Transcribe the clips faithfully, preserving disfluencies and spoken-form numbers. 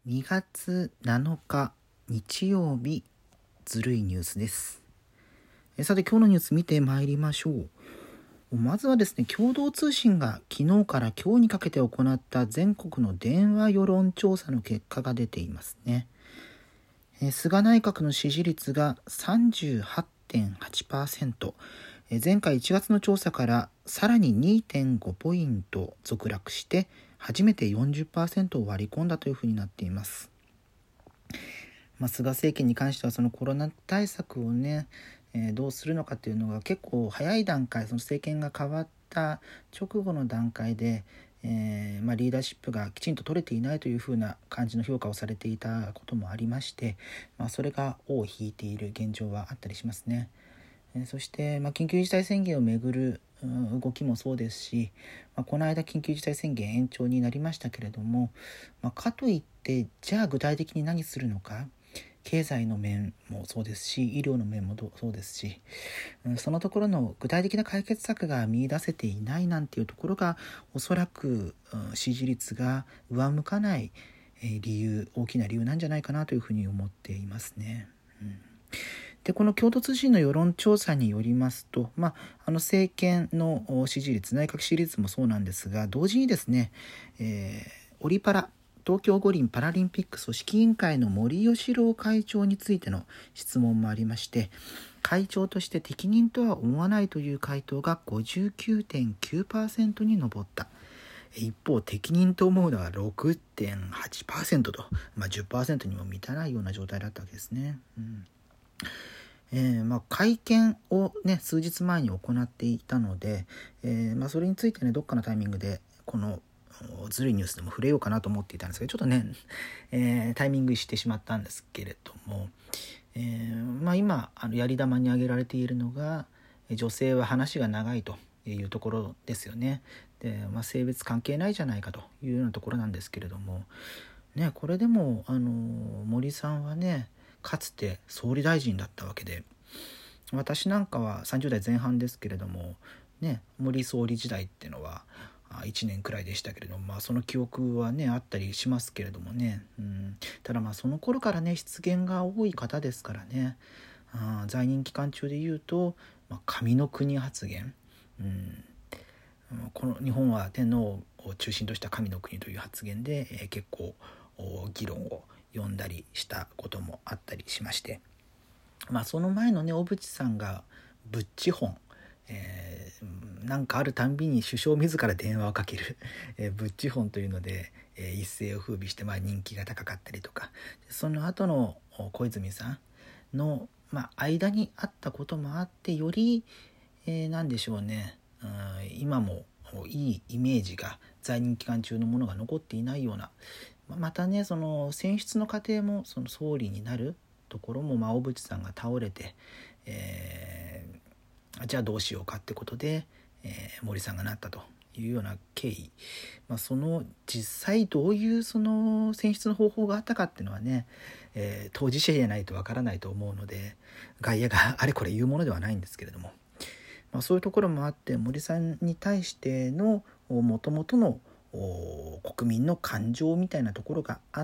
にがつなのか日曜日、ずるいニュースです。えさて今日のニュース見てまいりましょう。まずはですね、共同通信が昨日から今日にかけて行った全国の電話世論調査の結果が出ていますね。え菅内閣の支持率が さんじゅうはちてんはちパーセント、え前回いちがつの調査からさらに にてんご ポイント続落して初めて よんじゅっパーセント を割り込んだというふうになっています。まあ、菅政権に関してはそのコロナ対策をね、えー、どうするのかというのが結構早い段階、その政権が変わった直後の段階で、えーまあ、リーダーシップがきちんと取れていないというふうな感じの評価をされていたこともありまして、まあ、それが尾を引いている現状はあったりしますね。えー、そして、まあ、緊急事態宣言をめぐる動きもそうですし、まあ、この間緊急事態宣言延長になりましたけれども、まあ、かといってじゃあ具体的に何するのか、経済の面もそうですし、医療の面もそうですし、そのところの具体的な解決策が見出せていないなんていうところがおそらく支持率が上向かない理由、大きな理由なんじゃないかなというふうに思っていますね。うんでこの共同通信の世論調査によりますと、まあ、あの政権の支持率、内閣支持率もそうなんですが、同時にですね、えー、オリパラ、東京五輪パラリンピック組織委員会の森喜朗会長についての質問もありまして、会長として適任とは思わないという回答が ごじゅうきゅうてんきゅうパーセント に上った。一方、適任と思うのは ろくてんはちパーセント と、まあ、じゅっパーセント にも満たないような状態だったわけですね。うんえーまあ、会見を、ね、数日前に行っていたので、えーまあ、それについてね、どっかのタイミングでこのずるいニュースでも触れようかなと思っていたんですけど、ちょっとね、えー、タイミングしてしまったんですけれども、えーまあ、今あのやり玉に挙げられているのが、女性は話が長いというところですよね。で、まあ、性別関係ないじゃないかというようなところなんですけれども、ね、これでもあの森さんはね、かつて総理大臣だったわけで、私なんかはさんじゅうだいぜん半ですけれども、ね、森総理時代っていうのはいちねんくらいでしたけれども、まあ、その記憶はねあったりしますけれどもね、うん、ただまあその頃からね失言が多い方ですからね、あ在任期間中で言うと、まあ、神の国発言、うん、この日本は天皇を中心とした神の国という発言で、えー、結構議論を読んだりしたこともあったりしまして、まあ、その前のね小渕さんがブッチ本、えー、なんかあるたんびに首相自ら電話をかける、えー、ブッチ本というので、えー、一世を風靡して、まあ、人気が高かったりとか、その後の小泉さんの、まあ、間にあったこともあってより、えー、なんでしょうね、うん、今もいいイメージが在任期間中のものが残っていないような、またねその選出の過程もその総理になるところも、まあ、小渕さんが倒れて、えー、じゃあどうしようかってことで、えー、森さんがなったというような経緯、まあ、その実際どういうその選出の方法があったかっていうのはね、えー、当事者じゃないとわからないと思うので、外野があれこれ言うものではないんですけれども、まあ、そういうところもあって森さんに対してのもともとの国民の感情みたいなところがあって、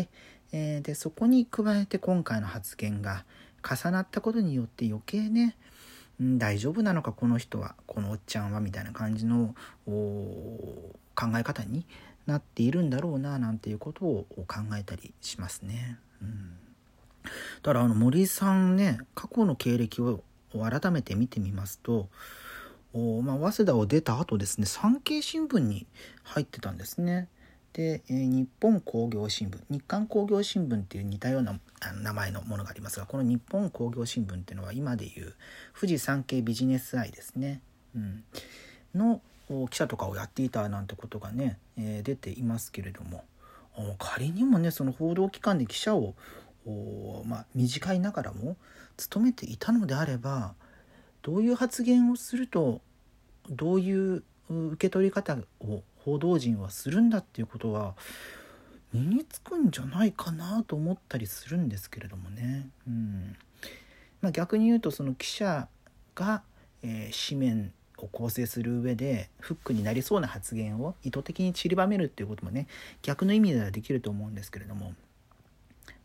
えー、でそこに加えて今回の発言が重なったことによって余計ね、ん大丈夫なのかこの人は、このおっちゃんはみたいな感じの考え方になっているんだろうななんていうことを考えたりしますね。うん、だからあの森さんね、過去の経歴を改めて見てみますと、まあ、早稲田を出た後ですね、産経新聞に入ってたんですね。で、えー、日本工業新聞、日刊工業新聞っていう似たような名前のものがありますが、この日本工業新聞っていうのは今でいう富士山系ビジネスアイですね、うん、の記者とかをやっていたなんてことがね、えー、出ていますけれども、仮にもねその報道機関で記者を、まあ、短いながらも務めていたのであれば、どういう発言をするとどういう受け取り方を報道陣はするんだっていうことは身につくんじゃないかなと思ったりするんですけれどもね、うんまあ、逆に言うとその記者が、えー、紙面を構成する上でフックになりそうな発言を意図的に散りばめるっていうこともね、逆の意味ではできると思うんですけれども、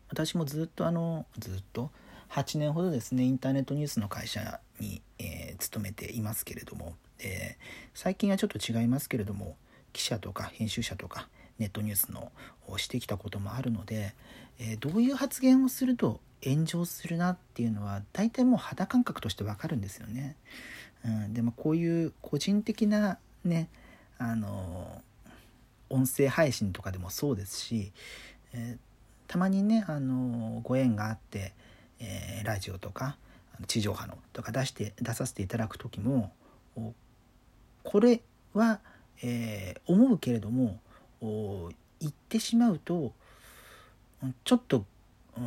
私もずっとあのずっとはちねんほどですねインターネットニュースの会社に、えー、勤めていますけれども、えー、最近はちょっと違いますけれども、記者とか編集者とかネットニュースのをしてきたこともあるので、えー、どういう発言をすると炎上するなっていうのは大体もう肌感覚としてわかるんですよね。うん、でもこういう個人的なねあの音声配信とかでもそうですし、えー、たまにねあのご縁があって、えー、ラジオとか地上波のとか出して出させていただく時もこれは、えー、思うけれども言ってしまうとちょっと、うん、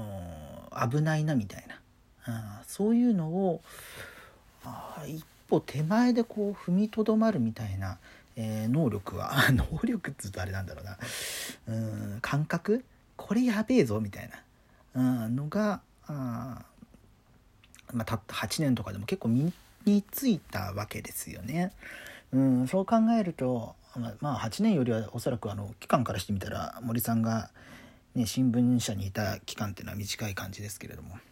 危ないなみたいな、うん、そういうのをあ一歩手前でこう踏みとどまるみたいな、えー、能力は能力っつうとあれなんだろうな、うん感覚これやべえぞみたいな、うん、のがあ、まあ、たったはちねんとかでも結構身についたわけですよね。うん、そう考えると、まあ、はちねんよりはおそらくあの期間からしてみたら森さんが、ね、新聞社にいた期間っていうのは短い感じですけれども、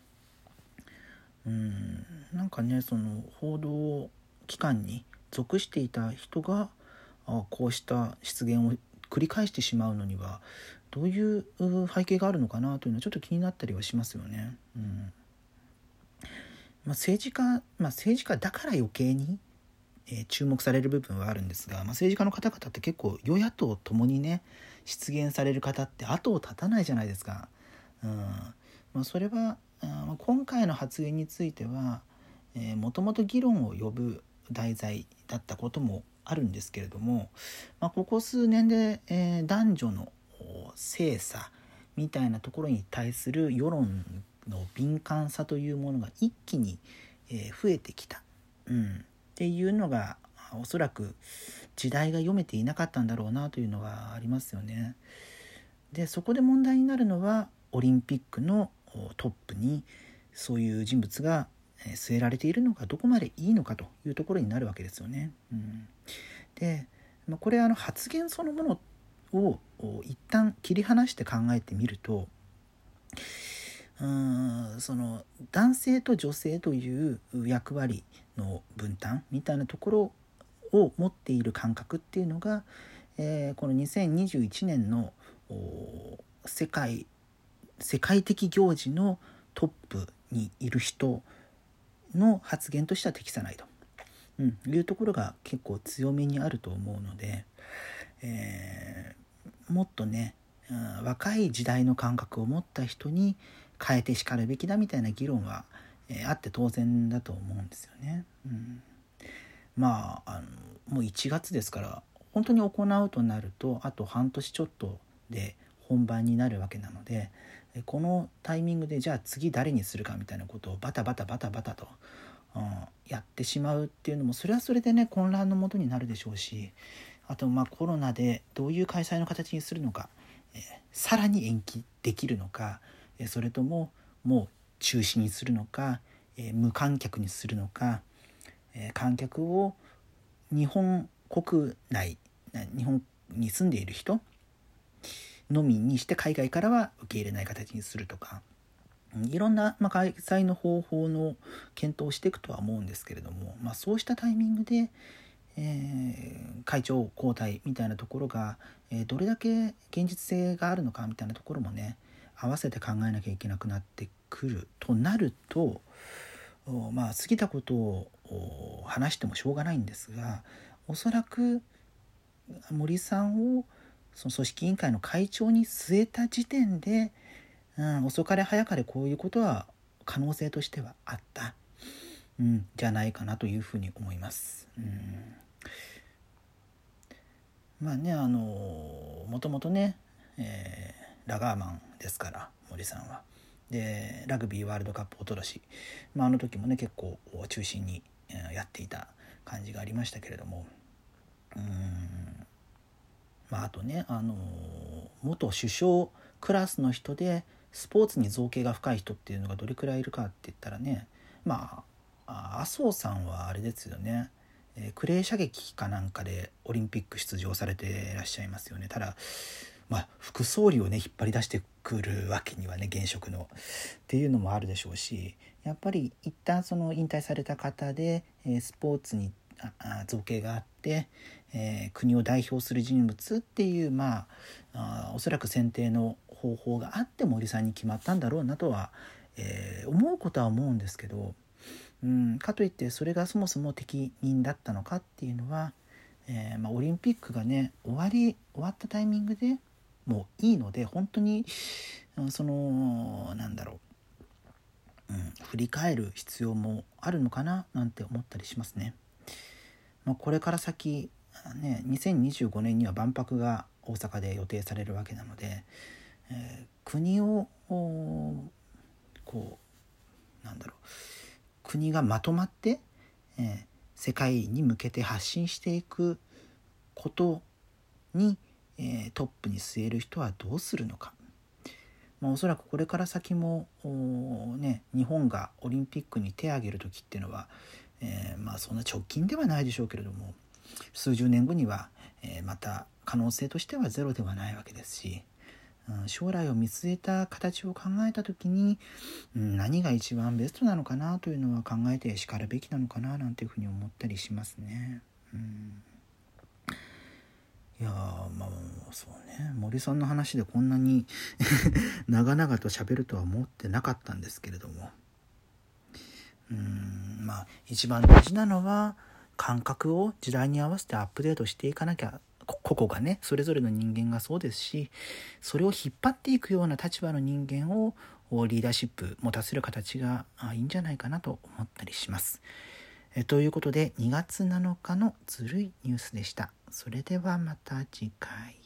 うんなんかねその報道機関に属していた人があこうした失言を繰り返してしまうのにはどういう背景があるのかなというのはちょっと気になったりはしますよね。うんまあ、政治家、まあ、政治家だから余計に、えー、注目される部分はあるんですが、まあ、政治家の方々って結構与野党ともにね失言される方って後を絶たないじゃないですか。うんまあ、それは今回の発言についてはもともと議論を呼ぶ題材だったこともあるんですけれども、まあ、ここ数年で、えー、男女の性差みたいなところに対する世論の敏感さというものが一気に、えー、増えてきた、うん、っていうのがおそらく時代が読めていなかったんだろうなというのがありますよね。でそこで問題になるのはオリンピックのトップにそういう人物が据えられているのがどこまでいいのかというところになるわけですよね。うん、でこれあの発言そのものを一旦切り離して考えてみるとうーんその男性と女性という役割の分担みたいなところを持っている感覚っていうのが、えー、このにせんにじゅういちねんの世界世界的行事のトップにいる人の発言としては適さないと、うん、いうところが結構強めにあると思うので、えー、もっとね、うん、若い時代の感覚を持った人に変えてしかるべきだみたいな議論は、えー、あって当然だと思うんですよね。うん、まあ、あのもういちがつですから本当に行うとなるとあと半年ちょっとで本番になるわけなので、このタイミングでじゃあ次誰にするかみたいなことをバタバタバタバタと、うん、やってしまうっていうのもそれはそれでね混乱のもとになるでしょうし、あとまあコロナでどういう開催の形にするのか、えー、さらに延期できるのか、えー、それとももう中止にするのか、えー、無観客にするのか、えー、観客を日本国内日本に住んでいる人のみにして海外からは受け入れない形にするとか、いろんな、まあ、開催の方法の検討をしていくとは思うんですけれども、まあ、そうしたタイミングで、えー、会長交代みたいなところが、えー、どれだけ現実性があるのかみたいなところもね合わせて考えなきゃいけなくなってくるとなると、まあ過ぎたことを話してもしょうがないんですが、おそらく森さんをその組織委員会の会長に据えた時点で、うん、遅かれ早かれこういうことは可能性としてはあった、うん、じゃないかなというふうに思います。うん、まあねあのもともとね、えー、ラガーマンですから森さんは。でラグビーワールドカップおととし、まあ、あの時もね結構中心にやっていた感じがありましたけれども、うーんまあ、あとね、あの元首相クラスの人でスポーツに造詣が深い人っていうのがどれくらいいるかって言ったらね、まあ麻生さんはあれですよね、えー、クレー射撃かなんかでオリンピック出場されていらっしゃいますよね。ただまあ、副総理をね引っ張り出してくるわけにはね、現職のっていうのもあるでしょうし、やっぱり一旦その引退された方で、えー、スポーツにあ造形があって、えー、国を代表する人物っていう、まあ、あおそらく選定の方法があって森さんに決まったんだろうなとは、えー、思うことは思うんですけど、うん、かといってそれがそもそも適任だったのかっていうのは、えーまあ、オリンピックがね終わり終わったタイミングでもういいので、本当にそのなんだろう、うん、振り返る必要もあるのかななんて思ったりしますね。まあ、これから先ね、にせんにじゅうごねんには万博が大阪で予定されるわけなので、えー、国をこうなんだろう国がまとまって、えー、世界に向けて発信していくことに、えー、トップに据える人はどうするのか。まあ、おそらくこれから先も、ね、日本がオリンピックに手を挙げる時っていうのは、えーまあ、そんな直近ではないでしょうけれども、数十年後には、えー、また可能性としてはゼロではないわけですし、うん、将来を見据えた形を考えた時に、うん、何が一番ベストなのかなというのは考えてしかるべきなのかななんていうふうに思ったりしますね。うん、いやまあそうね、森さんの話でこんなに長々と喋るとは思ってなかったんですけれども、うーんまあ一番大事なのは感覚を時代に合わせてアップデートしていかなきゃ、個々がねそれぞれの人間がそうですし、それを引っ張っていくような立場の人間をリーダーシップ持たせる形がいいんじゃないかなと思ったりします。えということでにがつなのかのずるいニュースでした。それではまた次回。